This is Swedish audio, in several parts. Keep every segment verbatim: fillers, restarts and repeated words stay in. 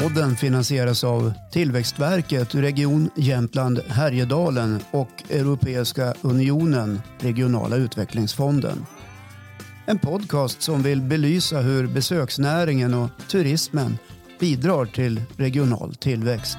Podden finansieras av Tillväxtverket, Region Jämtland Härjedalen och Europeiska unionen, Regionala utvecklingsfonden. En podcast som vill belysa hur besöksnäringen och turismen bidrar till regional tillväxt.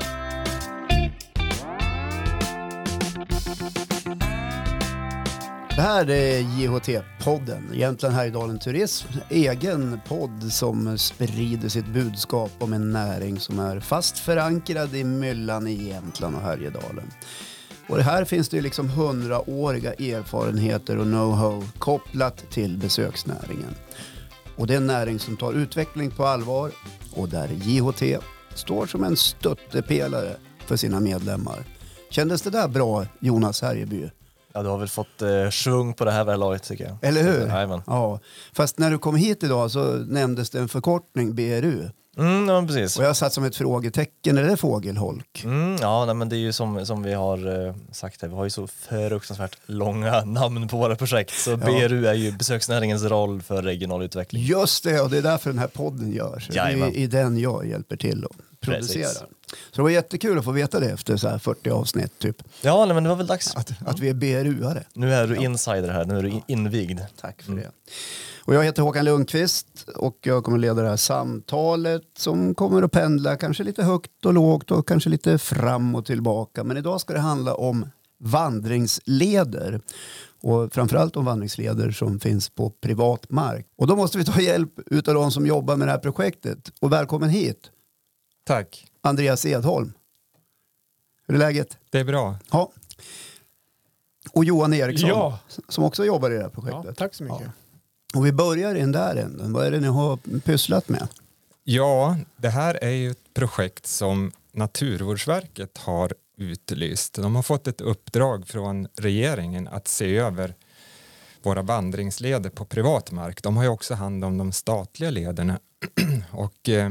Det här är J H T-podden, Jämtland Härjedalen Turism, egen podd som sprider sitt budskap om en näring som är fast förankrad i myllan i Jämtland och Härjedalen. Och det här finns det ju liksom hundraåriga erfarenheter och know-how kopplat till besöksnäringen. Och det är en näring som tar utveckling på allvar och där J H T står som en stöttepelare för sina medlemmar. Kändes det där bra, Jonas Härjeby? Ja, du har väl fått eh, svung på det här väl laget, tycker jag. Eller hur? Jajamän. Ja. Fast när du kom hit idag så nämndes det en förkortning, B R U. Mm, ja, precis. Och jag satt som ett frågetecken, är det fågelholk? Mm, ja, nej, men det är ju som, som vi har eh, sagt här, vi har ju så fruktansvärt långa namn på våra projekt. Så ja. B R U är ju besöksnäringens roll för regional utveckling. Just det, och det är därför den här podden görs. Det är i den jag hjälper till att producera. Precis. Så det var jättekul att få veta det efter så här fyrtio avsnitt typ. Ja, nej, men det var väl dags. Att, att vi är B R U-are. Nu är du insider här, nu är du invigd. Tack för mm. det. Och jag heter Håkan Lundqvist och jag kommer leda det här samtalet som kommer att pendla kanske lite högt och lågt och kanske lite fram och tillbaka. Men idag ska det handla om vandringsleder och framförallt om vandringsleder som finns på privat mark. Och då måste vi ta hjälp utav de som jobbar med det här projektet. Och välkommen hit. Tack. Andreas Edholm. Hur är läget? Det är bra. Ja. Och Johan Eriksson ja. som också jobbar i det här projektet. Ja, tack så mycket. Ja. Och vi börjar i den där änden. Vad är det ni har pysslat med? Ja, det här är ju ett projekt som Naturvårdsverket har utlyst. De har fått ett uppdrag från regeringen att se över våra vandringsleder på privat mark. De har ju också hand om de statliga lederna. och eh,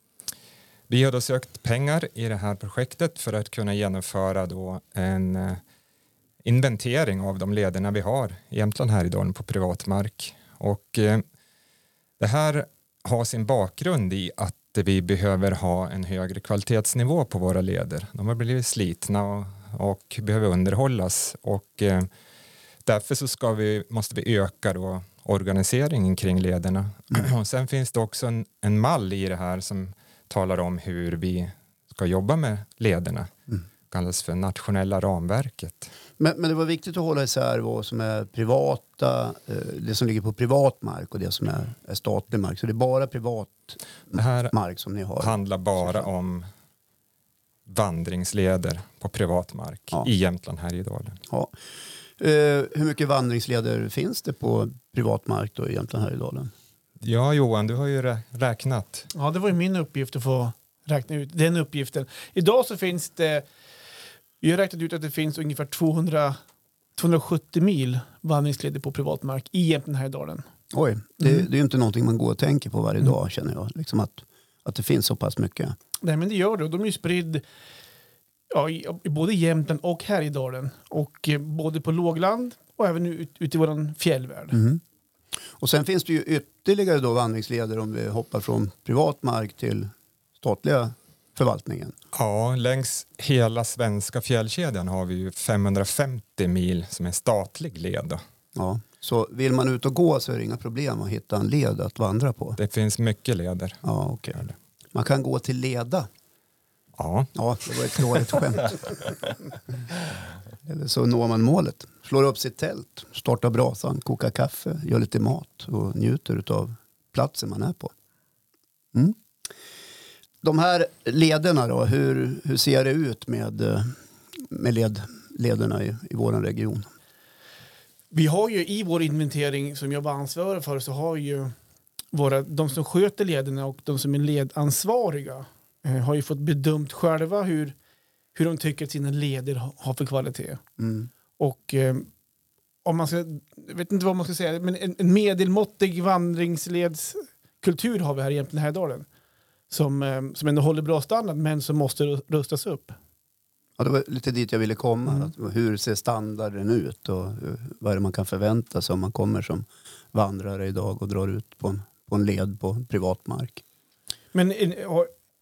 vi har då sökt pengar i det här projektet för att kunna genomföra då en eh, inventering av de lederna vi har i Jämtland Härjedalen på privat mark. Och eh, det här har sin bakgrund i att vi behöver ha en högre kvalitetsnivå på våra leder. De har blivit slitna och, och behöver underhållas. Och eh, därför så ska vi, måste vi öka då organiseringen kring lederna. Mm. Och sen finns det också en, en mall i det här som talar om hur vi ska jobba med lederna. Mm. Kallas för nationella ramverket. Men, men det var viktigt att hålla isär vad som är privata, det som ligger på privat mark och det som är, är statlig mark. Så det är bara privat det här mark som ni har. Det handlar bara om vandringsleder på privat mark ja. i Jämtland Härjedalen. Ja. Uh, hur mycket vandringsleder finns det på privat mark då i Jämtland Härjedalen? Ja, Johan, du har ju räknat. Ja, det var ju min uppgift att få räkna ut den uppgiften. Idag så finns det, vi har räknat ut att det finns ungefär tvåhundra, tvåhundrasjuttio mil vandringsleder på privat mark i Jämtland Härjedalen. Oj, det, mm. det är ju inte någonting man går och tänker på varje mm. dag, känner jag. Liksom att, att det finns så pass mycket. Nej, men det gör det. De är ju spridd ja, i, i både Jämtland och Härjedalen. Och eh, både på lågland och även ut, ut i våran fjällvärld. Mm. Och sen finns det ju ytterligare då vandringsleder om vi hoppar från privat mark till statliga förvaltningen. Ja, längs hela svenska fjällkedjan har vi ju femhundrafemtio mil som är statlig led. Ja, så vill man ut och gå så är det inga problem att hitta en led att vandra på. Det finns mycket leder. Ja, okej. Okay. Man kan gå till leda. Ja. Ja, det var ett dåligt skämt. Eller så når man målet. Slår upp sitt tält, startar brasan, kokar kaffe, gör lite mat och njuter av platsen man är på. Mm. De här lederna då, hur, hur ser det ut med, med led, lederna i, i vår region? Vi har ju i vår inventering som jag var ansvarig för så har ju våra, de som sköter lederna och de som är ledansvariga eh, har ju fått bedömt själva hur, hur de tycker att sina leder har för kvalitet. Mm. Och eh, om man ska, jag vet inte vad man ska säga, men en, en medelmåttig vandringsledskultur har vi här i Jämtland Härjedalen. Som, eh, som ändå håller bra standard men som måste rustas upp. Ja, det var lite dit jag ville komma. Mm. Att, hur ser standarden ut och vad är det man kan förvänta sig om man kommer som vandrare idag och drar ut på en, på en led på privat mark? Men en,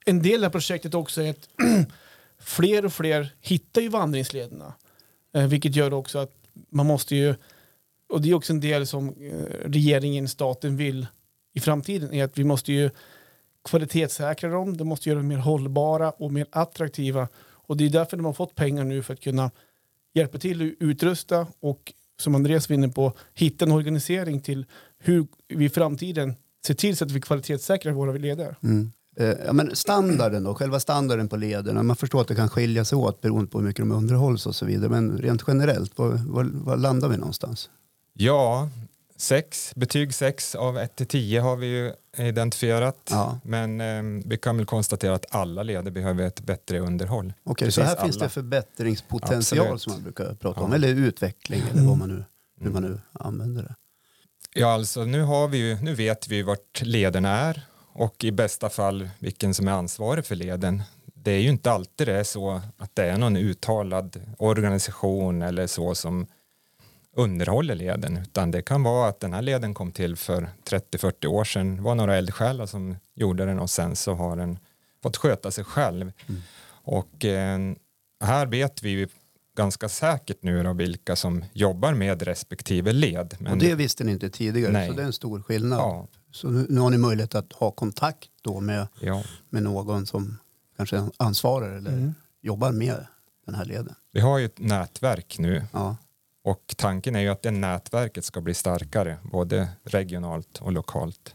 en del av projektet också är att fler och fler hittar ju vandringslederna. Eh, vilket gör också att man måste ju, och det är också en del som eh, regeringen, staten vill i framtiden, är att vi måste ju kvalitetssäkra dem. De måste göra dem mer hållbara och mer attraktiva. Och det är därför de har fått pengar nu, för att kunna hjälpa till att utrusta och, som Andreas var inne på, hitta en organisering till hur vi i framtiden ser till så att vi kvalitetssäkrar våra leder. Mm. Eh, ja, men standarden då, själva standarden på lederna, man förstår att det kan skilja sig åt beroende på hur mycket de underhålls och så vidare, men rent generellt, var, var, var landar vi någonstans? Ja, sex, betyg sex av ett till tio har vi ju identifierat. Ja. Men eh, vi kan väl konstatera att alla leder behöver ett bättre underhåll. Okej, Precis så här alla. finns det förbättringspotential. Absolut. Som man brukar prata Ja. om, eller utveckling, eller vad man nu, hur man nu använder det. Ja, alltså nu, har vi ju, nu vet vi vart lederna är och i bästa fall vilken som är ansvarig för leden. Det är ju inte alltid det är så att det är någon uttalad organisation eller så som underhåller leden, utan det kan vara att den här leden kom till för trettio fyrtio år sedan. Det var några eldsjälar som gjorde den och sen så har den fått sköta sig själv. Mm. Och eh, här vet vi ju ganska säkert nu då vilka som jobbar med respektive led. Men, och det visste ni inte tidigare, nej. Så det är en stor skillnad. Ja. Så nu, nu har ni möjlighet att ha kontakt då med, ja. med någon som kanske ansvarar eller Mm. jobbar med den här leden. Vi har ju ett nätverk nu. Ja. Och tanken är ju att det nätverket ska bli starkare, både regionalt och lokalt.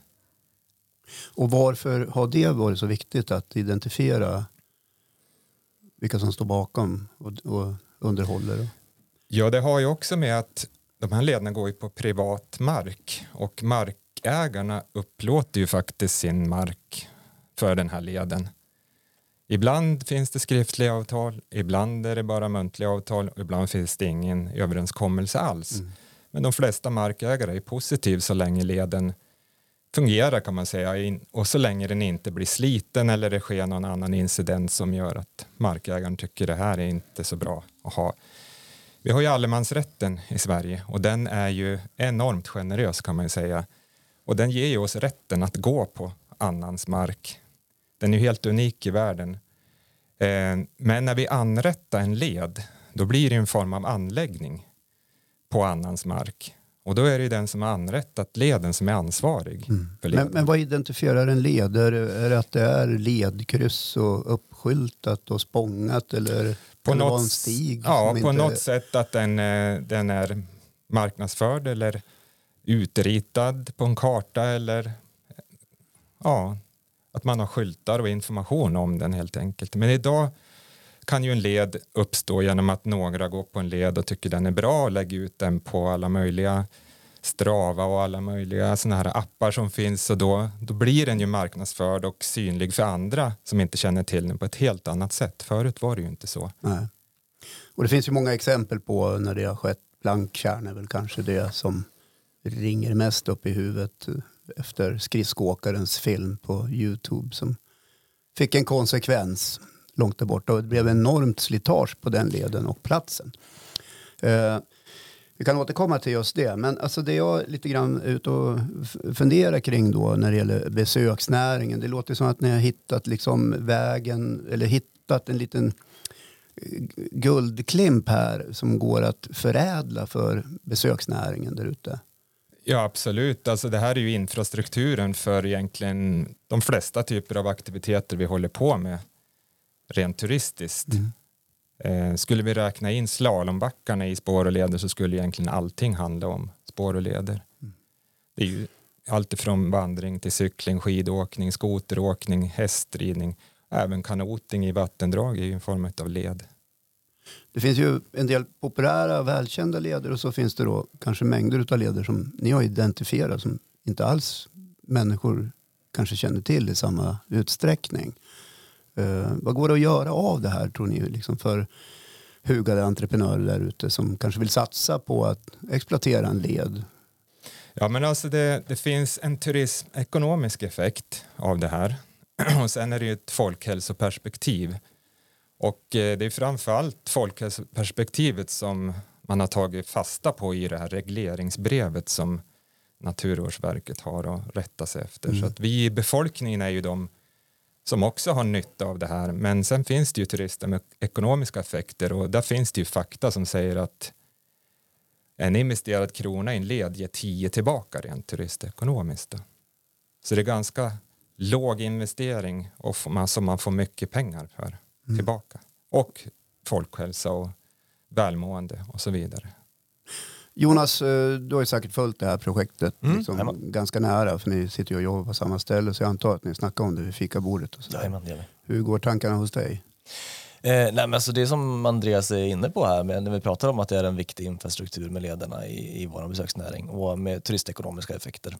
Och varför har det varit så viktigt att identifiera vilka som står bakom och, och underhåller? Ja, det har ju också med att de här lederna går ju på privat mark och markägarna upplåter ju faktiskt sin mark för den här leden. Ibland finns det skriftliga avtal, ibland är det bara muntliga avtal och ibland finns det ingen överenskommelse alls. Mm. Men de flesta markägare är positiv så länge leden fungerar, kan man säga, och så länge den inte blir sliten eller det sker någon annan incident som gör att markägaren tycker det här är inte så bra att ha. Vi har ju allemansrätten i Sverige och den är ju enormt generös, kan man ju säga, och den ger ju oss rätten att gå på annans mark. Den är ju helt unik i världen. Eh, men när vi anrättar en led, då blir det en form av anläggning på annans mark. Och då är det ju den som har anrättat leden som är ansvarig mm. för leden. Men, men vad identifierar en led? Är, är det att det är ledkryss och uppskyltat och spångat eller på något, vara en stig? Ja, på inte... något sätt att den, den är marknadsförd eller utritad på en karta eller ja, att man har skyltar och information om den helt enkelt. Men idag kan ju en led uppstå genom att några går på en led och tycker den är bra och lägger ut den på alla möjliga Strava och alla möjliga såna här appar som finns, och då, då blir den ju marknadsförd och synlig för andra som inte känner till den på ett helt annat sätt. Förut var det ju inte så. Nej. Och det finns ju många exempel på när det har skett. Blankkärn är väl kanske det som ringer mest upp i huvudet efter skridskoåkarens film på YouTube som fick en konsekvens långt där borta och det blev enormt slitage på den leden och platsen. Eh, vi kan återkomma till just det, men alltså det jag lite grann ut och funderar kring då när det gäller besöksnäringen, det låter som att ni har hittat liksom vägen eller hittat en liten guldklimp här som går att förädla för besöksnäringen där ute. Ja, absolut. Alltså det här är ju infrastrukturen för egentligen de flesta typer av aktiviteter vi håller på med rent turistiskt. Mm. Eh, skulle vi räkna in slalombackarna i spår och leder så skulle egentligen allting handla om spår och leder. Mm. Det är ju allt ifrån vandring till cykling, skidåkning, skoteråkning, hästridning. Även kanoting i vattendrag är ju en form av led. Det finns ju en del populära, välkända leder och så finns det då kanske mängder av leder som ni har identifierat som inte alls människor kanske känner till i samma utsträckning. Uh, vad går det att göra av det här tror ni liksom för hugade entreprenörer där ute som kanske vill satsa på att exploatera en led? Ja, men alltså det, det finns en turismekonomisk effekt av det här. Och sen är det ju ett folkhälsoperspektiv. Och eh, det är framförallt folkhälsoperspektivet som man har tagit fasta på i det här regleringsbrevet som Naturvårdsverket har att rätta sig efter. Mm. Så att vi i befolkningen är ju de som också har nytta av det här. Men sen finns det ju turister med ekonomiska effekter och där finns det ju fakta som säger att en investerad krona i en led ger tio tillbaka rent turistekonomiskt. Då. Så det är ganska låg investering och man, som man får mycket pengar för mm. tillbaka. Och folkhälsa och välmående och så vidare. Jonas, du har ju säkert följt det här projektet Mm, liksom, ganska nära, för ni sitter ju och jobbar på samma ställe, så jag antar att ni snackar om det vid fikabordet. Och så. Jajamän, det gör vi. Hur går tankarna hos dig? Eh, nej, men alltså det som Andreas är inne på här, med, när vi pratar om att det är en viktig infrastruktur med lederna i, i vår besöksnäring och med turistekonomiska effekter.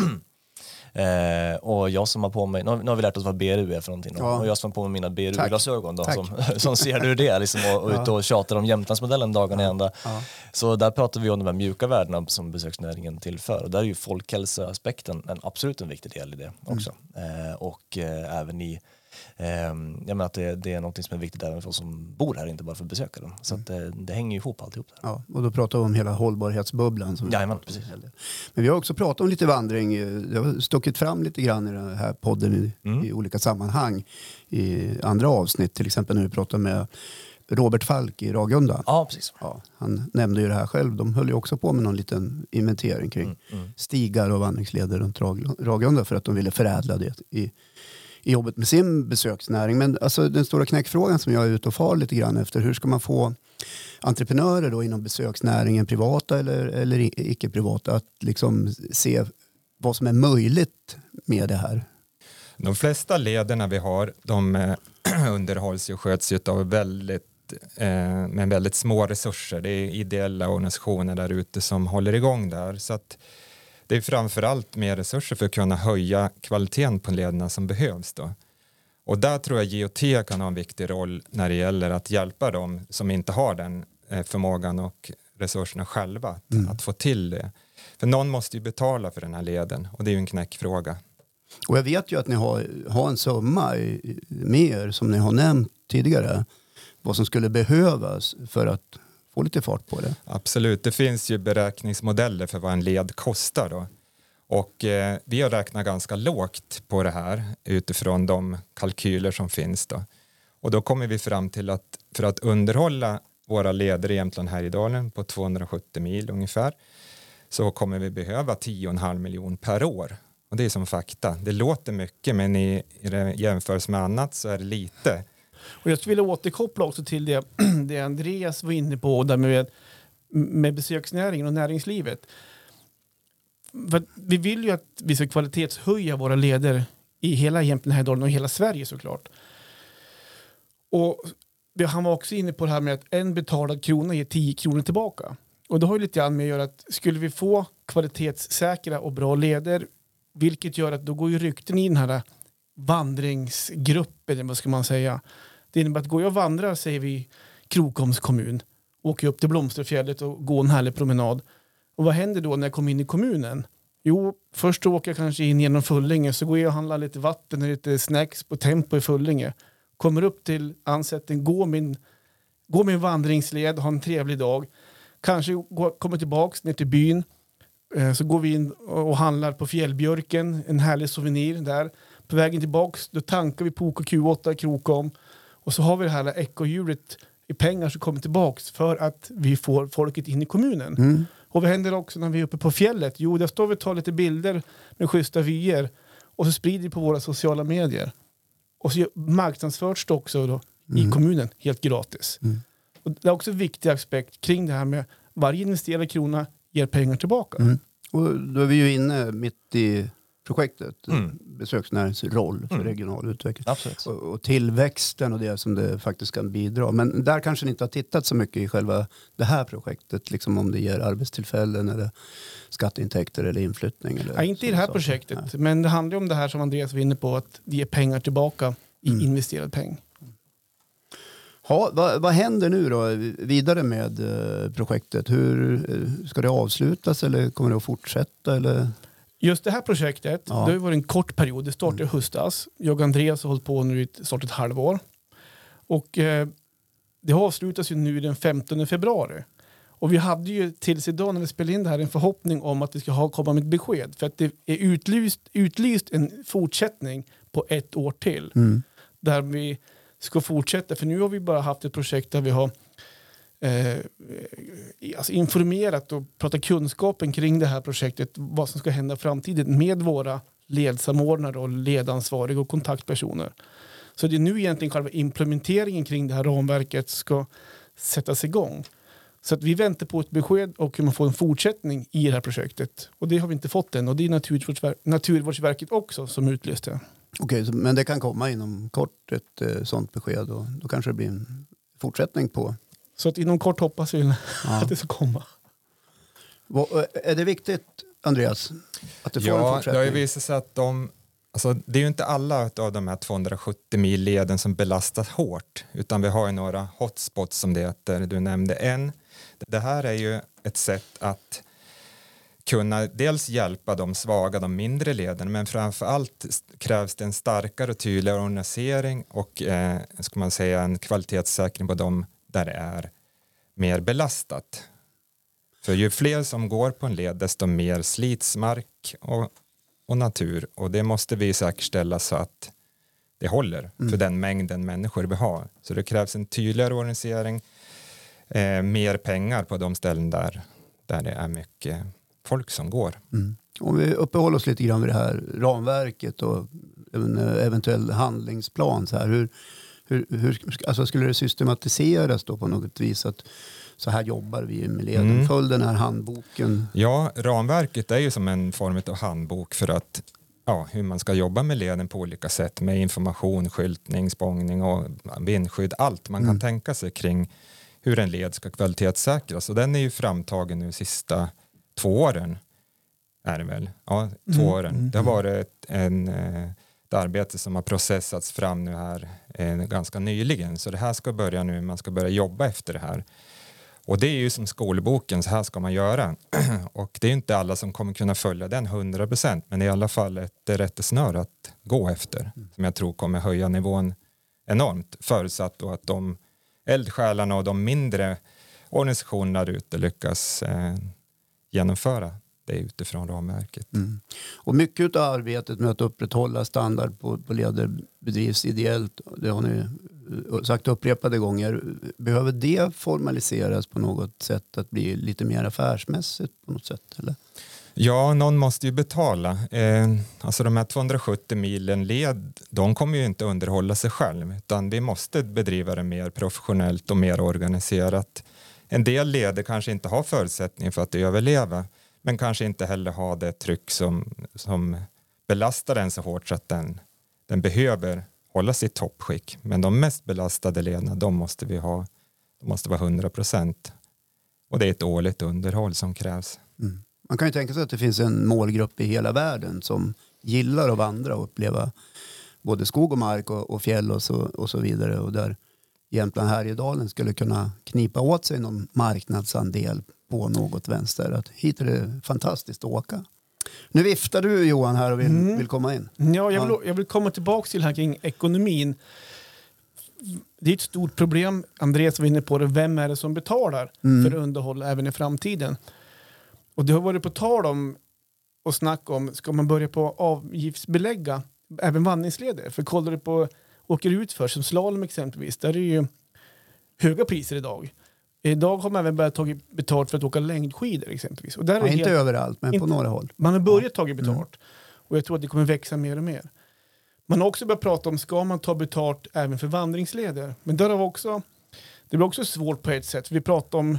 Eh, och jag som har på mig, nu har, nu har vi lärt oss vad B R U är för någonting, Ja. och jag som har på mig mina B R U-glasögon då, Tack. som, som ser hur det är liksom, och, och Ja. ute och tjatar om Jämtlandsmodellen dagarna i ända. Ja. Så där pratar vi om de här mjuka värdena som besöksnäringen tillför, och där är ju folkhälsoaspekten en absolut en viktig del i det också. Mm. Eh, och eh, även i eh, jag menar att det, det är något som är viktigt även för oss som bor här, inte bara för besökare. Så att det, det hänger ju ihop alltihop där. Ja, och då pratar vi om hela hållbarhetsbubblan. Som Jajamän, precis. Men vi har också pratat om lite vandring. Det har stuckit fram lite grann i den här podden i, Mm. i olika sammanhang. I andra avsnitt, till exempel när vi pratar med Robert Falk i Ragunda. Ja, precis. Ja, han nämnde ju det här själv. De höll ju också på med någon liten inventering kring Mm, mm. stigar och vandringsleder runt Rag- Ragunda för att de ville förädla det i, i jobbet med sin besöksnäring. Men alltså, den stora knäckfrågan som jag är ute och far lite grann efter, hur ska man få entreprenörer då inom besöksnäringen, privata eller, eller icke-privata, att liksom se vad som är möjligt med det här? De flesta lederna vi har, de eh, underhålls och sköts av väldigt, eh, med väldigt små resurser. Det är ideella organisationer där ute som håller igång där. Så att det är framförallt mer resurser för att kunna höja kvaliteten på lederna som behövs då. Och där tror jag G O T kan ha en viktig roll när det gäller att hjälpa dem som inte har den eh, förmågan och resurserna själva att, Mm. att få till det. För någon måste ju betala för den här leden och det är ju en knäckfråga. Och jag vet ju att ni har, har en summa i, med er som ni har nämnt tidigare. Vad som skulle behövas för att få lite fart på det. Absolut, det finns ju beräkningsmodeller för vad en led kostar då. Och eh, vi har räknat ganska lågt på det här utifrån de kalkyler som finns då. Och då kommer vi fram till att för att underhålla våra leder i Jämtland Härjedalen på tvåhundrasjuttio mil ungefär så kommer vi behöva tio komma fem miljoner per år. Och det är som fakta. Det låter mycket men i, i jämförelse med annat så är det lite. Och jag skulle vilja återkoppla också till det, det Andreas var inne på där med, med besöksnäringen och näringslivet. För vi vill ju att vi ska kvalitetshöja våra leder i hela Jämtland, Härjedalen och hela Sverige såklart. Och han var också inne på det här med att en betalad krona ger tio kronor tillbaka. Och det har ju lite grann med att göra att skulle vi få kvalitetssäkra och bra leder, vilket gör att då går ju rykten i den här vandringsgruppen, vad ska man säga. Det innebär att går jag och vandrar, säger vi Krokoms kommun, åker upp till Blomsterfjället och går en härlig promenad. Och vad händer då när jag kommer in i kommunen? Jo, först åker jag kanske in genom Fullinge, så går jag och handlar lite vatten och lite snacks på Tempo i Fullinge. Kommer upp till Ansätten, går min, går min vandringsled, har en trevlig dag. Kanske går, kommer tillbaks ner till byn. Eh, så går vi in och handlar på Fjällbjörken, en härlig souvenir där. På vägen tillbaks, då tankar vi på O K Q åtta i Krokom. Och så har vi det här ekodjuret i pengar som kommer tillbaks för att vi får folket in i kommunen. Mm. Och vad händer också när vi är uppe på fjället? Jo, där står vi och tar lite bilder med schyssta vyer. Och så sprider vi på våra sociala medier. Och så marknadsförs det också då Mm. i kommunen helt gratis. Mm. Och det är också en viktig aspekt kring det här med varje investerad krona ger pengar tillbaka. Mm. Och då är vi ju inne mitt i projektet. Mm. Besöksnäringens roll för Mm. regional utveckling. Absolut. Och, och tillväxten och det som det faktiskt kan bidra. Men där kanske ni inte har tittat så mycket i själva det här projektet. Liksom om det ger arbetstillfällen eller skatteintäkter eller inflyttning. Eller Ja, inte i det här saker. projektet. Nej. Men det handlar om det här som Andreas var inne på. Att det ger pengar tillbaka i Mm. investerad peng. Ja, vad, vad händer nu då vidare med eh, projektet? Hur eh, ska det avslutas eller kommer det att fortsätta? Eller? Just det här projektet, Ja. det har ju varit en kort period. Det startade i höstas. Jag och Andreas har hållit på nu i snart ett halvår. Och eh, det avslutas ju nu den femtonde februari. Och vi hade ju tills idag när vi spelade in det här en förhoppning om att vi ska ha, komma med ett besked. För att det är utlyst, utlyst en fortsättning på ett år till. Mm. Där vi ska fortsätta. För nu har vi bara haft ett projekt där vi har eh, alltså informerat och pratat kunskapen kring det här projektet. Vad som ska hända i framtiden med våra ledsamordnare och ledansvariga och kontaktpersoner. Så det är nu egentligen själva implementeringen kring det här ramverket ska sättas igång. Så att vi väntar på ett besked och hur man får en fortsättning i det här projektet. Och det har vi inte fått än. Och det är Naturvårdsver- Naturvårdsverket också som utlyste. Okej, okay, men det kan komma inom kort ett eh, sånt besked och då kanske det blir en fortsättning på. Så att inom kort hoppas vi ja. att det ska komma. Vad, är det viktigt, Andreas, att det får ja, en Ja, fortsättning? det har ju visat sig att de, alltså, det är ju inte alla av de här tvåhundrasjuttio mil leden som belastas hårt, utan vi har ju några hotspots som det heter. Du nämnde en. Det här är ju ett sätt att kunna dels hjälpa de svaga, de mindre leden, men framförallt krävs det en starkare och tydligare organisering och eh, ska man säga en kvalitetssäkring på dem där det är mer belastat. För ju fler som går på en led, desto mer slits mark och, och natur, och det måste vi säkerställa så att det håller mm. för den mängden människor vi har. Så det krävs en tydligare organisering, eh, mer pengar på de ställen där, där det är mycket folk som går. Mm. Om vi uppehåller oss lite grann vid det här ramverket och en eventuell handlingsplan. Så här, hur, hur, hur, alltså skulle det systematiseras då på något vis att så här jobbar vi med leden? Mm. Följ den här handboken. Ja, ramverket är ju som en form av handbok för att ja, hur man ska jobba med leden på olika sätt med information, skyltning, spångning och vindskydd. Allt man mm. kan tänka sig kring hur en led ska kvalitetssäkras. Och den är ju framtagen nu sista två åren. Är det väl? Ja, två mm. åren. Mm. Det har varit ett, en, ett arbete som har processats fram nu här eh, ganska nyligen. Så det här ska börja nu, man ska börja jobba efter det här. Och det är ju som skolboken, så här ska man göra. Och det är inte alla som kommer kunna följa den hundra procent, men det är i alla fall ett rättesnöre att gå efter. Mm. Som jag tror kommer höja nivån enormt, förutsatt då att de eldsjälarna och de mindre organisationerna där ute lyckas eh, genomföra det utifrån ramverket. Mm. Och mycket av arbetet med att upprätthålla standard på, på leder bedrivs ideellt. Det har ni sagt upprepade gånger. Behöver det formaliseras på något sätt att bli lite mer affärsmässigt på något sätt? Eller? Ja, någon måste ju betala. Eh, alltså de här tvåhundrasjuttio milen led, de kommer ju inte underhålla sig själv, utan vi måste bedriva det mer professionellt och mer organiserat. En del leder kanske inte har förutsättning för att överleva, men kanske inte heller ha det tryck som, som belastar den så hårt så att den, den behöver hålla sitt toppskick. Men de mest belastade lederna, de måste vi ha, de måste vara hundra procent. Och det är ett årligt underhåll som krävs. Mm. Man kan ju tänka sig att det finns en målgrupp i hela världen som gillar att vandra och uppleva både skog och mark och, och fjäll och så, och så vidare. Och där Jämtland Härjedalen skulle kunna knipa åt sig någon marknadsandel på något vänster. Att hit är det fantastiskt att åka. Nu viftar du, Johan, här och vill, mm. vill komma in. Ja, jag vill, jag vill komma tillbaka till här kring ekonomin. Det är ett stort problem. Andreas var inne på det. Vem är det som betalar mm. för underhåll även i framtiden? Och det har varit på tal om och snack om, ska man börja på avgiftsbelägga även vandringsleder? För kollar du på åker ut för som slalom exempelvis, där är det ju höga priser idag. Idag har man även börjat ta betalt för att åka längdskidor exempelvis. Och där är ja, helt, inte överallt, men inte, på några håll. Man har börjat ta betalt. Mm. Och jag tror att det kommer växa mer och mer. Man har också börjat prata om, ska man ta betalt även för vandringsleder? Men där har vi också, det blir också svårt på ett sätt. Vi pratar om,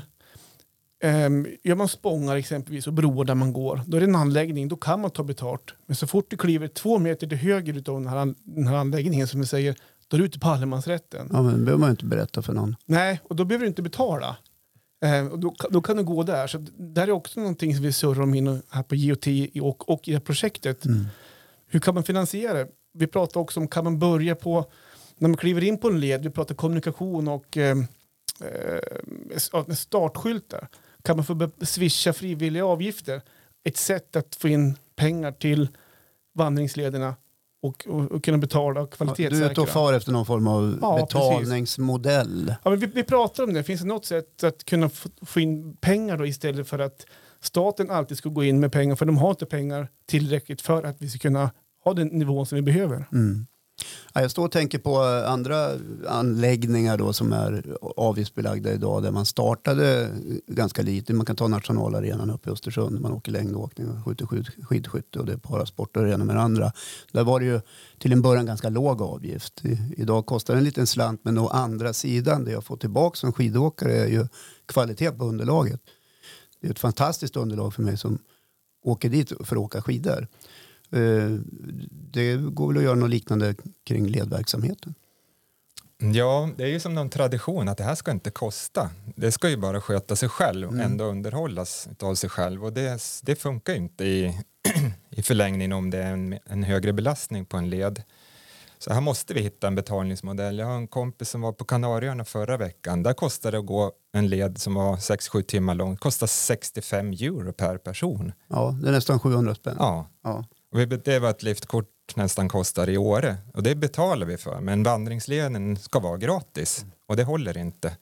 um, gör man spångar exempelvis och broar där man går, då är det en anläggning, då kan man ta betalt. Men så fort du kliver två meter till höger utav den här, den här anläggningen, som vi säger, då är du ute på allemansrätten. Ja, men det behöver man inte berätta för någon. Nej, och då behöver du inte betala. Eh, och då, då kan du gå där. Så där är också någonting som vi surrar om in här på G O T och, och i det här projektet. Mm. Hur kan man finansiera det? Vi pratar också om, kan man börja på, när man kliver in på en led, vi pratar kommunikation och eh, eh, startskyltar. Kan man få swisha frivilliga avgifter? Ett sätt att få in pengar till vandringslederna och, och, och kunna betala och kvalitetssäkra. Du är ute och far efter någon form av ja, betalningsmodell. Ja, men vi, vi pratar om det. Finns det något sätt att kunna få, få in pengar då, istället för att staten alltid ska gå in med pengar, för de har inte pengar tillräckligt för att vi ska kunna ha den nivån som vi behöver. Mm. Ja, jag står och tänker på andra anläggningar då som är avgiftsbelagda idag där man startade ganska lite. Man kan ta nationalarenan uppe i Östersund. Man åker längdåkning och skjuter skidskytte och det är parasport och det ena med det andra. Där var det ju till en början ganska låg avgift. I, idag kostar det en liten slant, men å andra sidan det jag får tillbaka som skidåkare är ju kvalitet på underlaget. Det är ett fantastiskt underlag för mig som åker dit för att åka skidor. Det går väl att göra något liknande kring ledverksamheten. Ja, det är ju som någon tradition att det här ska inte kosta. Det ska ju bara sköta sig själv och mm. ändå underhållas av sig själv. Och det, det funkar inte i, i förlängningen om det är en, en högre belastning på en led. Så här måste vi hitta en betalningsmodell. Jag har en kompis som var på Kanarieöarna förra veckan. Där kostade det att gå en led som var sex sju timmar lång. Det kostar sextiofem euro per person. Ja, det är nästan sjuhundra spänn. Ja. Ja. Och det är vad ett liftkort nästan kostar i Åre. Och det betalar vi för. Men vandringsleden ska vara gratis. Och det håller inte.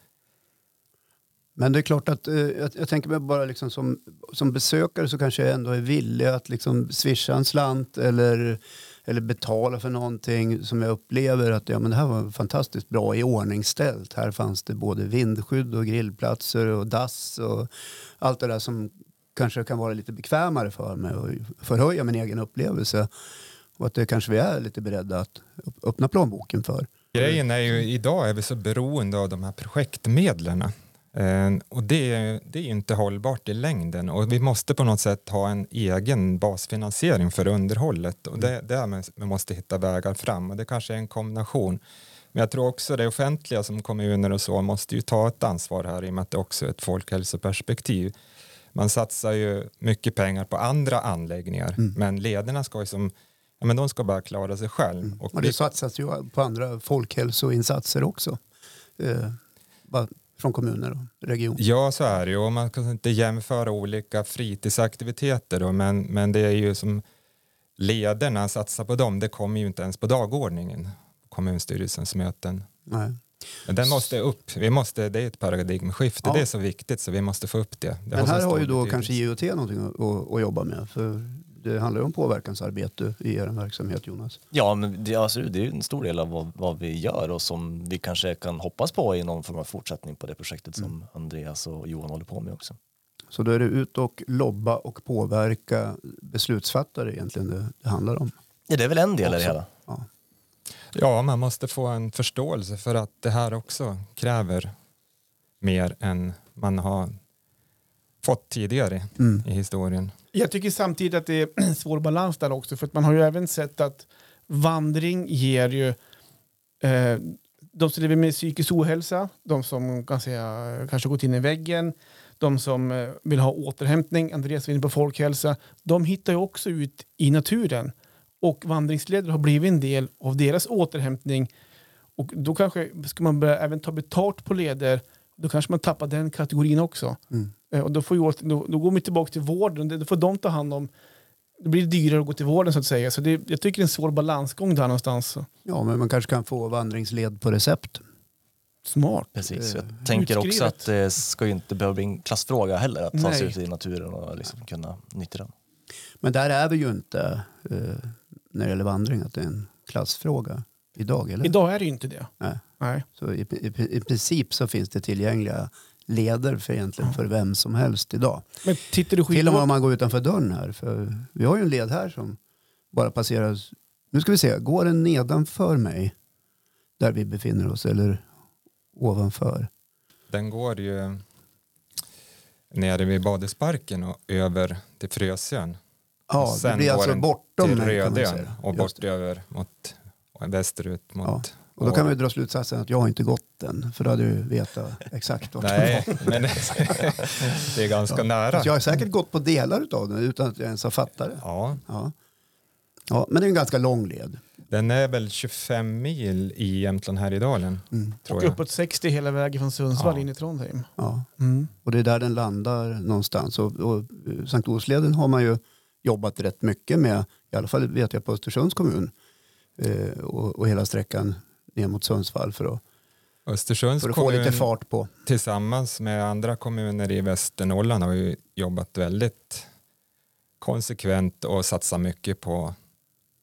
Men det är klart att eh, jag, jag tänker mig bara liksom som, som besökare så kanske jag ändå är villig att liksom swisha en slant eller, eller betala för någonting som jag upplever att ja, men det här var fantastiskt bra i ordningställt. Här fanns det både vindskydd och grillplatser och dass och allt det där som kanske kan vara lite bekvämare för mig och förhöja min egen upplevelse. Och att det kanske vi är lite beredda att öppna plånboken för. Grejen är ju, idag är vi så beroende av de här projektmedlen. Eh, och det är, det är inte hållbart i längden. Och vi måste på något sätt ha en egen basfinansiering för underhållet. Och det, där vi måste hitta vägar fram. Och det kanske är en kombination. Men jag tror också det offentliga som kommuner och så måste ju ta ett ansvar här i och med att det också är ett folkhälsoperspektiv. Man satsar ju mycket pengar på andra anläggningar. Mm. Men lederna ska ju som, ja, men de ska bara klara sig själv. Mm. Och, och det vi, satsas ju på andra folkhälsoinsatser också. Eh, bara från kommuner och regioner. Ja, så är det ju. Och man kan inte jämföra olika fritidsaktiviteter då, men, men det är ju som lederna satsar på dem. Det kommer ju inte ens på dagordningen. Kommunstyrelsens möten. Nej. Men den måste upp. Vi måste, det är ett paradigmskifte. Ja. Det är så viktigt så vi måste få upp det. det Men här har ju då betydelse. Kanske J O T någonting att, att jobba med. För det handlar ju om påverkansarbete i er verksamhet, Jonas. Ja, men det, alltså, det är en stor del av vad, vad vi gör och som vi kanske kan hoppas på i någon form av fortsättning på det projektet som mm. Andreas och Johan håller på med också. Så då är det ut och lobba och påverka beslutsfattare egentligen det, det handlar om? Ja, det är väl en del i det hela. Ja. Ja, man måste få en förståelse för att det här också kräver mer än man har fått tidigare mm. i historien. Jag tycker samtidigt att det är en svår balans där också. För att man har ju även sett att vandring ger ju eh, de som lever med psykisk ohälsa, de som kan säga, kanske gått in i väggen, de som eh, vill ha återhämtning, Andreas var inne på folkhälsa, de hittar ju också ut i naturen. Och vandringsleder har blivit en del av deras återhämtning. Och då kanske ska man börja även ta betalt på leder. Då kanske man tappar den kategorin också. Mm. Och då, får ju, då, då går vi tillbaka till vården. Då får de ta hand om. Det blir dyrare att gå till vården så att säga. Så det, jag tycker det är en svår balansgång där någonstans. Ja, men man kanske kan få vandringsled på recept. Smart. Precis. Jag eh, tänker utskrivet. Också att det ska ju inte behöva bli en klassfråga heller. Att ta sig ut i naturen och liksom kunna nyttja den. Men där är vi ju inte... Eh, när det gäller vandring att det är en klassfråga idag, eller? Idag är det ju inte det. Nej. Nej. Så i, i, i princip så finns det tillgängliga leder för egentligen för vem som helst idag. Men tittar du till och med om man går utanför dörren här. För vi har ju en led här som bara passerar. Nu ska vi se, går den nedanför mig där vi befinner oss eller ovanför? Den går ju nere vid Badesparken och över till Frösön. Ja, sen det blir alltså bortom till Rödön och bort över mot västerut mot... Ja. Och då kan vi dra slutsatsen att jag har inte gått den. För då hade du vetat exakt vart Nej, den var. Men det är ganska ja. nära. Fast jag har säkert gått på delar av den utan att jag ens har fattat det. Ja. Ja. Ja, men det är en ganska lång led. Den är väl tjugofem mil i Jämtland Härjedalen. Mm. Och uppåt sextio hela vägen från Sundsvall ja. in i Trondheim. Ja, mm. och det är där den landar någonstans. Och, och Sankt Olsleden har man ju jobbat rätt mycket med. I alla fall vet jag på Östersunds kommun. Eh, och, och hela sträckan ner mot Sundsvall för att, Östersunds för att få lite fart på. Tillsammans med andra kommuner i Västernorrland har ju jobbat väldigt konsekvent och satsat mycket på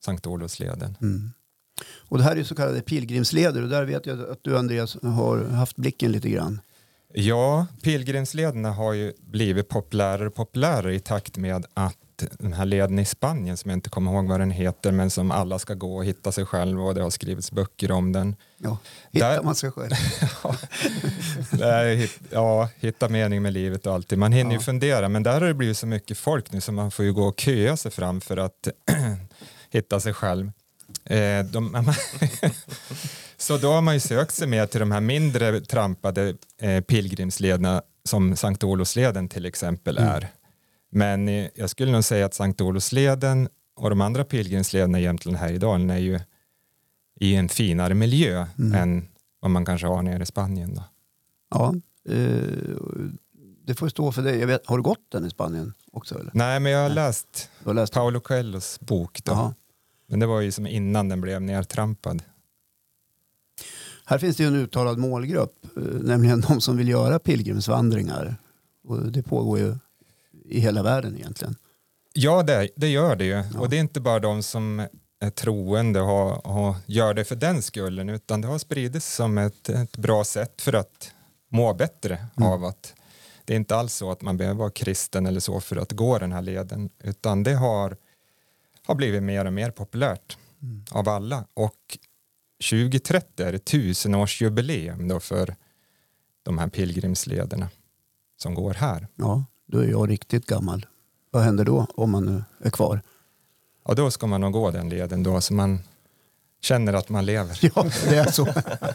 Sankt Olofsleden. Mm. Och det här är ju så kallade pilgrimsleder och där vet jag att du, Andreas, har haft blicken lite grann. Ja, pilgrimslederna har ju blivit populärare och populärare i takt med att den här leden i Spanien, som jag inte kommer ihåg vad den heter, men som alla ska gå och hitta sig själv, och det har skrivits böcker om den. Ja, hittar där, man sig själv. ja, där, ja, hitta mening med livet och alltid. Man hinner ja. ju fundera, men där har det blivit så mycket folk nu så man får ju gå och köa sig fram för att hitta sig själv. Eh, de, så då har man ju sökt sig med till de här mindre trampade eh, pilgrimslederna som Sankt Olofsleden till exempel är. Mm. Men eh, jag skulle nog säga att Sankt Olofsleden och de andra pilgrimslederna i Jämtland här i Härjedalen är ju i en finare miljö mm. än vad man kanske har nere i Spanien då. Ja, eh, det får stå för dig. Jag vet, har du gått den i Spanien också? Eller? Nej, men jag har läst, du har läst Paulo Coelhos bok då. Aha. Men det var ju som innan den blev nertrampad. Här finns det ju en uttalad målgrupp, nämligen de som vill göra pilgrimsvandringar. Och det pågår ju i hela världen egentligen. Ja, det, det gör det ju. Ja. Och det är inte bara de som är troende och, och gör det för den skullen, utan det har spridits som ett, ett bra sätt för att må bättre mm. av att det är inte alls så att man behöver vara kristen eller så för att gå den här leden, utan det har har blivit mer och mer populärt mm. av alla. Och tjugo trettio är det tusenårsjubileum då för de här pilgrimslederna som går här. Ja, då är jag riktigt gammal. Vad händer då om man nu är kvar? Ja, då ska man nog gå den leden då så man känner att man lever. Ja, det är så.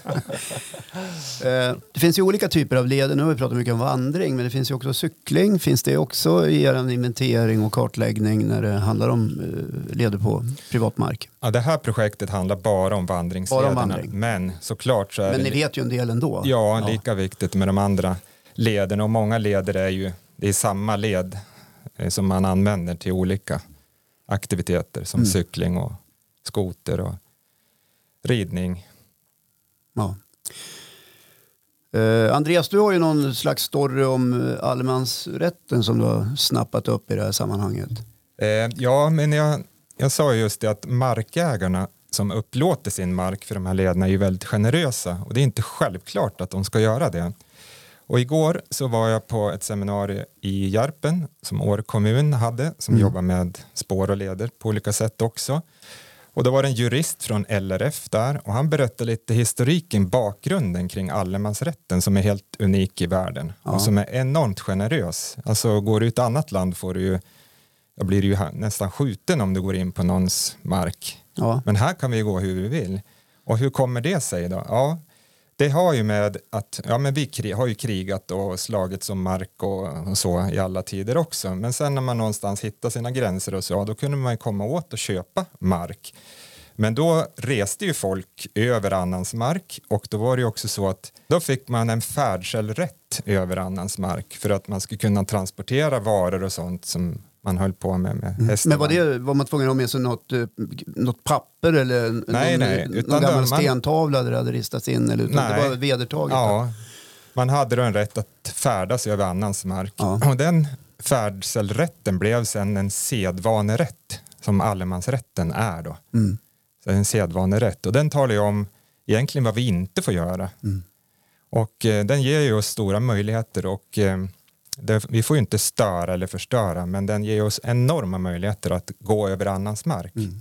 Det finns ju olika typer av leder. Nu har vi pratat mycket om vandring, men det finns ju också cykling. Finns det också i er inventering och kartläggning när det handlar om leder på privat mark? Ja, det här projektet handlar bara om vandringslederna. Bara om vandring. Men såklart så är Men det... ni vet ju en del ändå. Ja, ja, lika viktigt med de andra lederna. Och många leder är ju det är samma led som man använder till olika aktiviteter som mm. cykling och skoter och ridning. Ja. Eh, Andreas, du har ju någon slags story om allemansrätten som du har snappat upp i det här sammanhanget. Eh, ja, men jag, jag sa just det att markägarna som upplåter sin mark för de här lederna är ju väldigt generösa. Och det är inte självklart att de ska göra det. Och igår så var jag på ett seminarium i Järpen som Åre kommun hade som mm. jobbar med spår och leder på olika sätt också. Och då var det en jurist från L R F där och han berättade lite historiken, bakgrunden kring allemansrätten som är helt unik i världen ja. och som är enormt generös. Alltså går du i ett annat land får du ju, då blir du ju nästan skjuten om du går in på någons mark. Ja. Men här kan vi gå hur vi vill. Och hur kommer det sig då? Ja, det har ju med att ja, men vi krig, har ju krigat och slagit som mark och, och så i alla tider också. Men sen när man någonstans hittar sina gränser och så, då kunde man ju komma åt och köpa mark. Men då reste ju folk över annans mark och då var det ju också så att då fick man en färdselrätt över annans mark för att man skulle kunna transportera varor och sånt som man höll på med med mm. hästar. Men var, det, var man tvungen att ha med sig något, något papper eller nej, någon, nej, någon gammal man, stentavla där det hade ristats in? Eller, utan nej, det var vedertaget? Ja, man hade då en rätt att färdas över annans mark. Ja. Och den färdselrätten blev sen en sedvanerätt som allemansrätten är då. Mm. Så en sedvanerätt. Och den talar ju om egentligen vad vi inte får göra. Mm. Och eh, den ger ju oss stora möjligheter och eh, det, vi får ju inte störa eller förstöra, men den ger oss enorma möjligheter att gå över annans mark. Mm.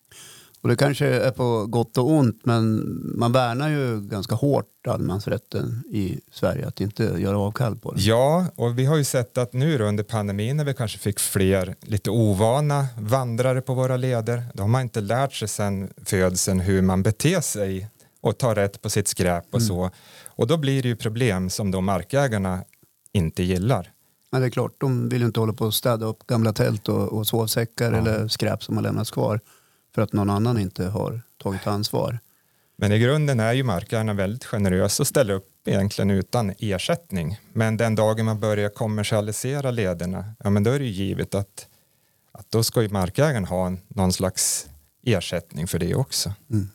Och det kanske är på gott och ont, men man värnar ju ganska hårt allemansrätten i Sverige att inte göra avkall på det. Ja, och vi har ju sett att nu under pandemin när vi kanske fick fler lite ovana vandrare på våra leder, då har man inte lärt sig sedan födseln hur man beter sig och tar rätt på sitt skräp och mm. så. Och då blir det ju problem som då markägarna inte gillar. Men det är klart, de vill ju inte hålla på att städa upp gamla tält och, och sovsäckar ja. eller skräp som har lämnats kvar för att någon annan inte har tagit ansvar. Men i grunden är ju markägarna väldigt generösa och ställer upp egentligen utan ersättning. Men den dagen man börjar kommersialisera lederna, ja men då är det ju givet att, att då ska ju markägaren ha en, någon slags ersättning för det också. Mm.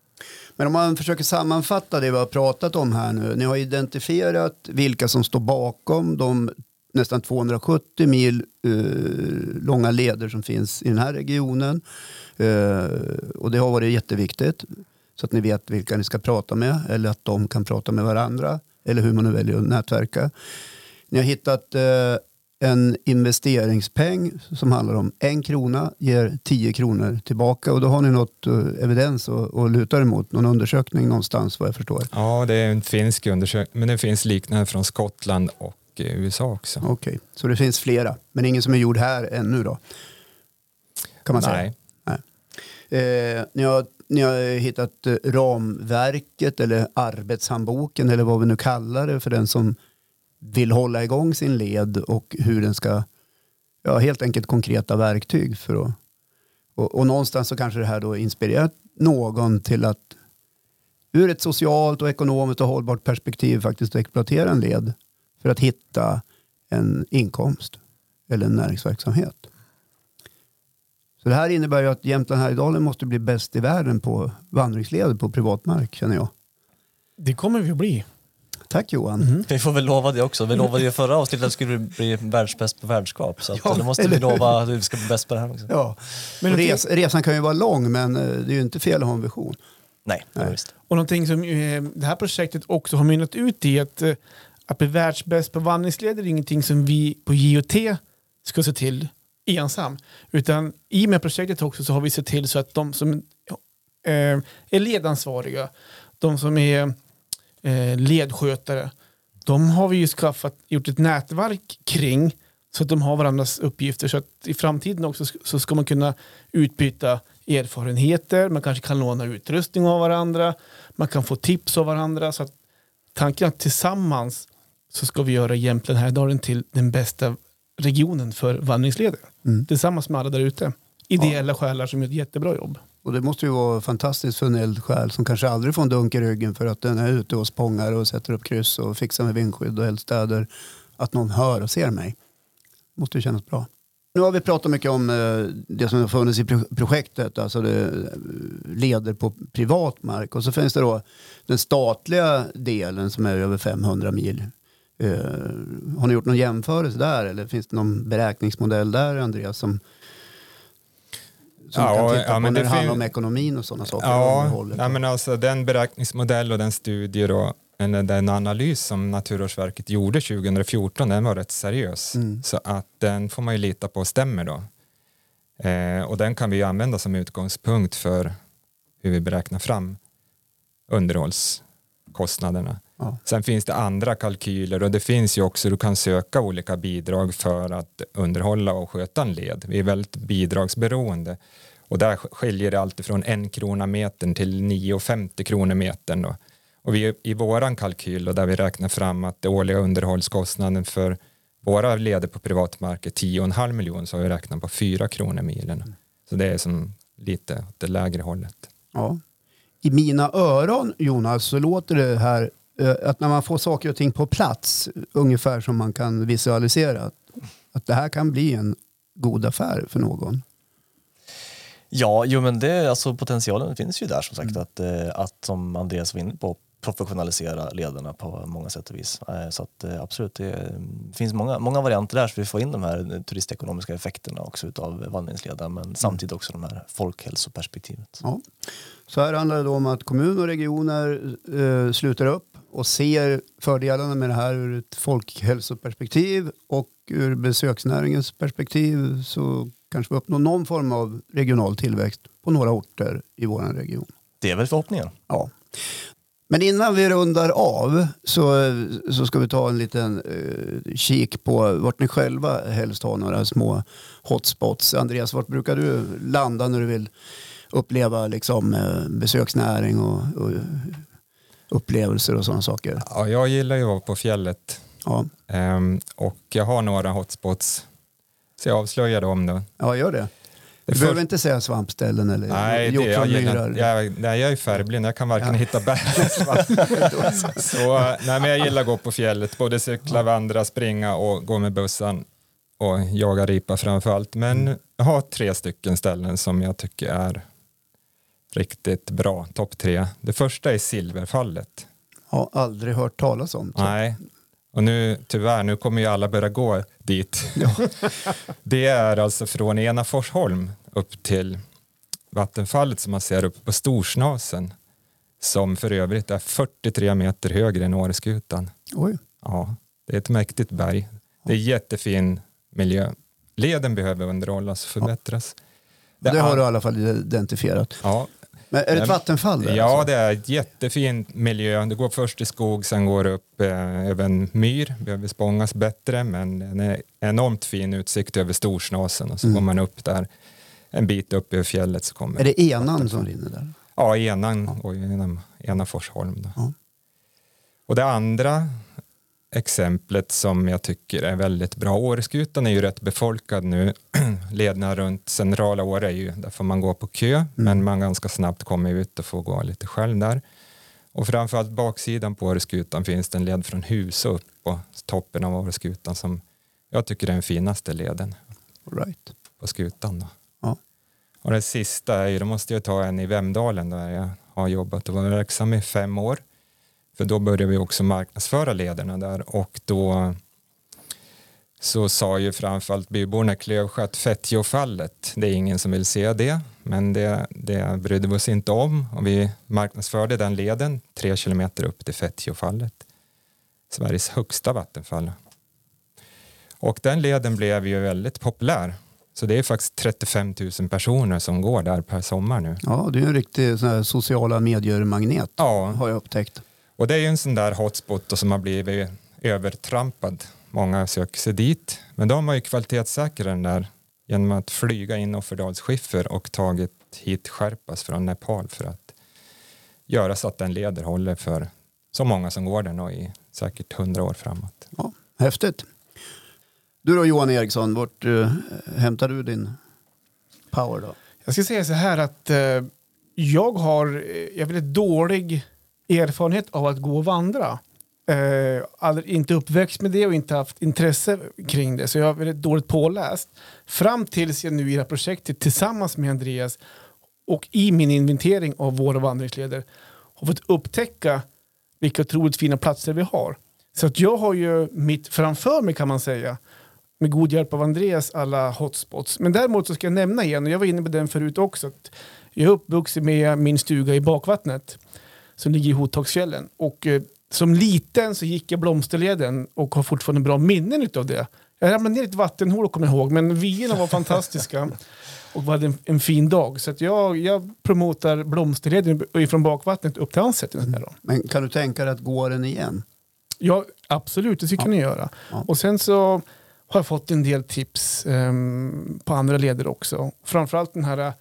Men om man försöker sammanfatta det vi har pratat om här nu. Ni har identifierat vilka som står bakom de nästan tvåhundrasjuttio mil uh, långa leder som finns i den här regionen. Uh, och det har varit jätteviktigt. Så att ni vet vilka ni ska prata med. Eller att de kan prata med varandra. Eller hur man nu väljer att nätverka. Ni har hittat uh, en investeringspeng som handlar om en krona ger tio kronor tillbaka. Och då har ni något uh, evidens att, att luta emot. Någon undersökning någonstans vad jag förstår. Ja, det är en finsk undersökning. Men det finns liknande från Skottland och U S A också. Okej, okay. Så det finns flera. Men ingen som är gjord här ännu då? Kan man Nej. säga? Nej. Eh, ni, har, ni har hittat eh, ramverket eller arbetshandboken eller vad vi nu kallar det för den som vill hålla igång sin led och hur den ska, ja helt enkelt konkreta verktyg för att, och, och någonstans så kanske det här då inspirerar någon till att ur ett socialt och ekonomiskt och hållbart perspektiv faktiskt exploatera en led för att hitta en inkomst eller en näringsverksamhet. Så det här innebär ju att Jämtland Härjedalen måste bli bäst i världen på vandringsleder på privatmark, känner jag. Det kommer vi att bli. Tack Johan. Mm. Vi får väl lova det också. Vi lovade ju förra avsnittet att skulle bli världsbäst på värdskap. Så att Ja, då måste eller- vi lova att vi ska bli bäst på det här också. Ja. Men Res, resan kan ju vara lång men eh, det är ju inte fel att ha en vision. Nej, det är visst. Och någonting som eh, det här projektet också har mynnat ut i att, eh, att bli världsbäst på vandringsleder är ingenting som vi på J O T ska se till ensam. Utan i och med projektet också så har vi sett till så att de som eh, är ledansvariga, de som är eh, ledskötare, de har vi ju skaffat, gjort ett nätverk kring så att de har varandras uppgifter så att i framtiden också sk- så ska man kunna utbyta erfarenheter, man kanske kan låna utrustning av varandra, man kan få tips av varandra så att tanken är att tillsammans så ska vi göra Jämtland Härjedalen till den bästa regionen för vandringsleder. Mm. Tillsammans med alla där ute. Ideella själar som gör ett jättebra jobb. Och det måste ju vara fantastiskt för en eldsjäl som kanske aldrig får en dunk i ryggen för att den är ute och spångar och sätter upp kryss och fixar med vindskydd och eldstäder. Att någon hör och ser mig. Måste ju kännas bra. Nu har vi pratat mycket om eh, det som har funnits i pro- projektet, alltså det eh, leder på privat mark. Och så finns det då den statliga delen som är över femhundra mil. Eh, har ni gjort någon jämförelse där eller finns det någon beräkningsmodell där, Andreas, som, som Ja, kan titta ja, på men när det det handlar fin- om ekonomin och sådana saker? Ja, underhållet? ja men alltså den beräkningsmodell och den studie och en- den analys som Naturvårdsverket gjorde tjugo fjorton, den var rätt seriös. Mm. Så att den får man ju lita på stämmer då. Eh, och den kan vi ju använda som utgångspunkt för hur vi beräknar fram underhållskostnaderna. Ja. Sen finns det andra kalkyler och det finns ju också, du kan söka olika bidrag för att underhålla och sköta en led. Vi är väldigt bidragsberoende och där skiljer det alltid från en krona metern till nio femtio kronor metern då. Och vi i våran kalkyl och där vi räknar fram att det årliga underhållskostnaden för våra leder på privatmark är tio och en halv miljon, så har vi räknat på fyra kronor milen. Så det är som lite åt det lägre hållet. Ja. I mina öron, Jonas, så låter det här eh, att när man får saker och ting på plats, ungefär som man kan visualisera, att, att det här kan bli en god affär för någon. Ja, jo, men det, alltså, potentialen finns ju där som sagt Mm. att, eh, att som Andreas var inne på professionalisera ledarna på många sätt och vis. Eh, så att eh, absolut, det finns många, många varianter där så vi får in de här turistekonomiska effekterna också utav vandringsleder men samtidigt också de här folkhälsoperspektivet. Ja. Så här handlar det då om att kommun och regioner eh, sluter upp och ser fördelarna med det här ur ett folkhälsoperspektiv och ur besöksnäringens perspektiv så kanske vi uppnår någon form av regional tillväxt på några orter i vår region. Det är väl förhoppningen. Ja. Men innan vi rundar av så, så ska vi ta en liten eh, kik på vart ni själva helst har några små hotspots. Andreas, vart brukar du landa när du vill uppleva liksom, eh, besöksnäring och, och upplevelser och sådana saker? Ja, jag gillar ju att vara på fjället Ja, ehm, och jag har några hotspots. Så jag avslöjar dem då. ja gör det. Det Du för- behöver inte säga svampställen eller Nej, det, jag, hjortronmyrar. gillar, jag, nej, jag är färgblind. Jag kan varken Ja. hitta bär eller svamp. Så nej, men jag gillar att gå på fjället. Både cykla, vandra, springa och gå med bussen och jaga ripa framför allt. Men jag har tre stycken ställen som jag tycker är riktigt bra. Topp tre. Det första är Silverfallet. Har aldrig hört talas om. Så. Nej, Och nu, tyvärr, nu kommer ju alla börja gå dit. Ja. Det är alltså från Enaforsholm upp till vattenfallet som man ser uppe på Storsnasen. Som för övrigt är fyrtiotre meter högre än Åreskutan. Oj. Ja, det är ett mäktigt berg. Det är jättefin miljö. Leden behöver underhållas och förbättras. Ja. Det, det har all... du i alla fall identifierat. Ja. Men är det ett vattenfall där? Ja, alltså? det är ett jättefin miljö. Det går först i skog, sen går det upp eh, över en myr. Behöver spångas bättre, men den är enormt fin utsikt över Storsnasen. Och så mm. går man upp där en bit upp över fjället. Så kommer är det Enan som rinner där? Ja, Enan och genom Enaforsholm. Då. Ja. Och det andra exemplet som jag tycker är väldigt bra. Åreskutan är ju rätt befolkad nu. Lederna runt centrala Åre är ju, där får man gå på kö. Mm. Men man ganska snabbt kommer ut och får gå lite själv där. Och framförallt baksidan på Åreskutan finns det en led från Huså upp på toppen av Åreskutan som jag tycker är den finaste leden. Right. På skutan då. Ja. Och det sista är ju, då måste jag ta en i Vemdalen där jag har jobbat och varit verksam i fem år. För då började vi också marknadsföra lederna där och då så sa ju framförallt byborna Klövsjö att Fettjofallet, det är ingen som vill se det, men det, det brydde vi oss inte om och vi marknadsförde den leden tre kilometer upp till Fettjofallet, Sveriges högsta vattenfall. Och den leden blev ju väldigt populär. Så det är faktiskt trettiofem tusen personer som går där per sommar nu. Ja, det är en riktig sån här sociala medier-magnet, ja. Har jag upptäckt. Och det är ju en sån där hotspot som har blivit övertrampad. Många söker sig dit. Men de har ju kvalitetssäkrat den där genom att flyga in Offerdalsskiffer och tagit hit skärpas från Nepal för att göra så att den leder håller för så många som går den och i säkert hundra år framåt. Ja, häftigt. Du då Johan Eriksson, vart uh, hämtar du din power då? Jag ska säga så här att uh, jag har jag är väldigt dålig erfarenhet av att gå och vandra. Uh, aldrig, inte uppväxt med det och inte haft intresse kring det. Så jag är väldigt dåligt påläst. Fram tills jag nu i det här projektet tillsammans med Andreas och i min inventering av våra vandringsleder har fått upptäcka vilka otroligt fina platser vi har. Så att jag har ju mitt framför mig kan man säga med god hjälp av Andreas alla hotspots. Men däremot så ska jag nämna igen, och jag var inne på den förut också, att jag är uppvuxen med min stuga i bakvattnet som ligger i Hotagsfjällen. Och eh, som liten så gick jag Blomsterleden och har fortfarande bra minnen utav det. Jag ramlade ner i ett vattenhål och kommer ihåg, men vyerna var fantastiska och var en, en fin dag. Så att jag, jag promotar Blomsterleden ifrån bakvattnet upp till Ansätten. Mm. Men kan du tänka dig att gå den igen? Ja, absolut, det skulle jag ja. kunna göra. Ja. Och sen så har jag fått en del tips um, på andra leder också. Framförallt den här uh,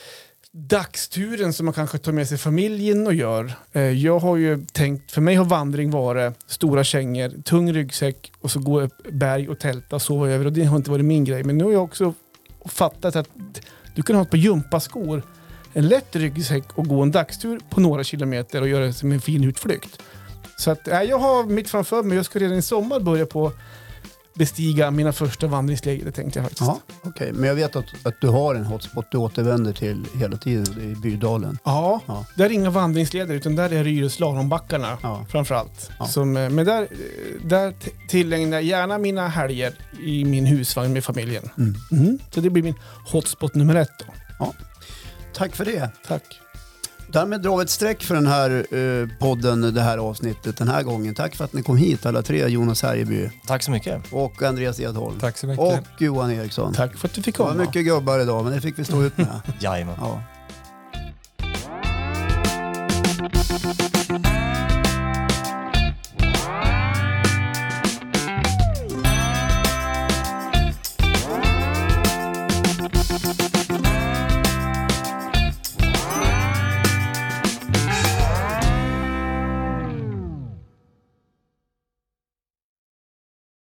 dagsturen som man kanske tar med sig familjen och gör. Uh, jag har ju tänkt, för mig har vandring varit stora kängor, tung ryggsäck och så gå upp berg och tälta och sova över. Och det har inte varit min grej. Men nu har jag också fattat att du kan ha ett par gympaskor, en lätt ryggsäck och gå en dagstur på några kilometer och göra det som en fin utflykt. Så att, äh, jag har mitt framför mig, jag ska redan i sommar börja på bestiga mina första vandringsläger, det tänkte jag faktiskt. Ja, okej. Okay. Men jag vet att, att du har en hotspot du återvänder till hela tiden i Bydalen. Ja, ja. Där är inga vandringsleder utan där är det ju slalombackarna ja. framförallt. Ja. Som, men där, där tillägnar jag gärna mina helger i min husvagn med familjen. Mm. Mm. Så det blir min hotspot nummer ett då. Ja. Tack för det. Tack. Därmed drar vi ett streck för den här eh, podden, det här avsnittet den här gången. Tack för att ni kom hit alla tre, Jonas Härjeby. Tack så mycket. Och Andreas Edholm. Tack så mycket. Och Johan Eriksson. Tack för att du fick komma. Det var mycket gubbar idag, men det fick vi stå ut med. Jajamän. Ja.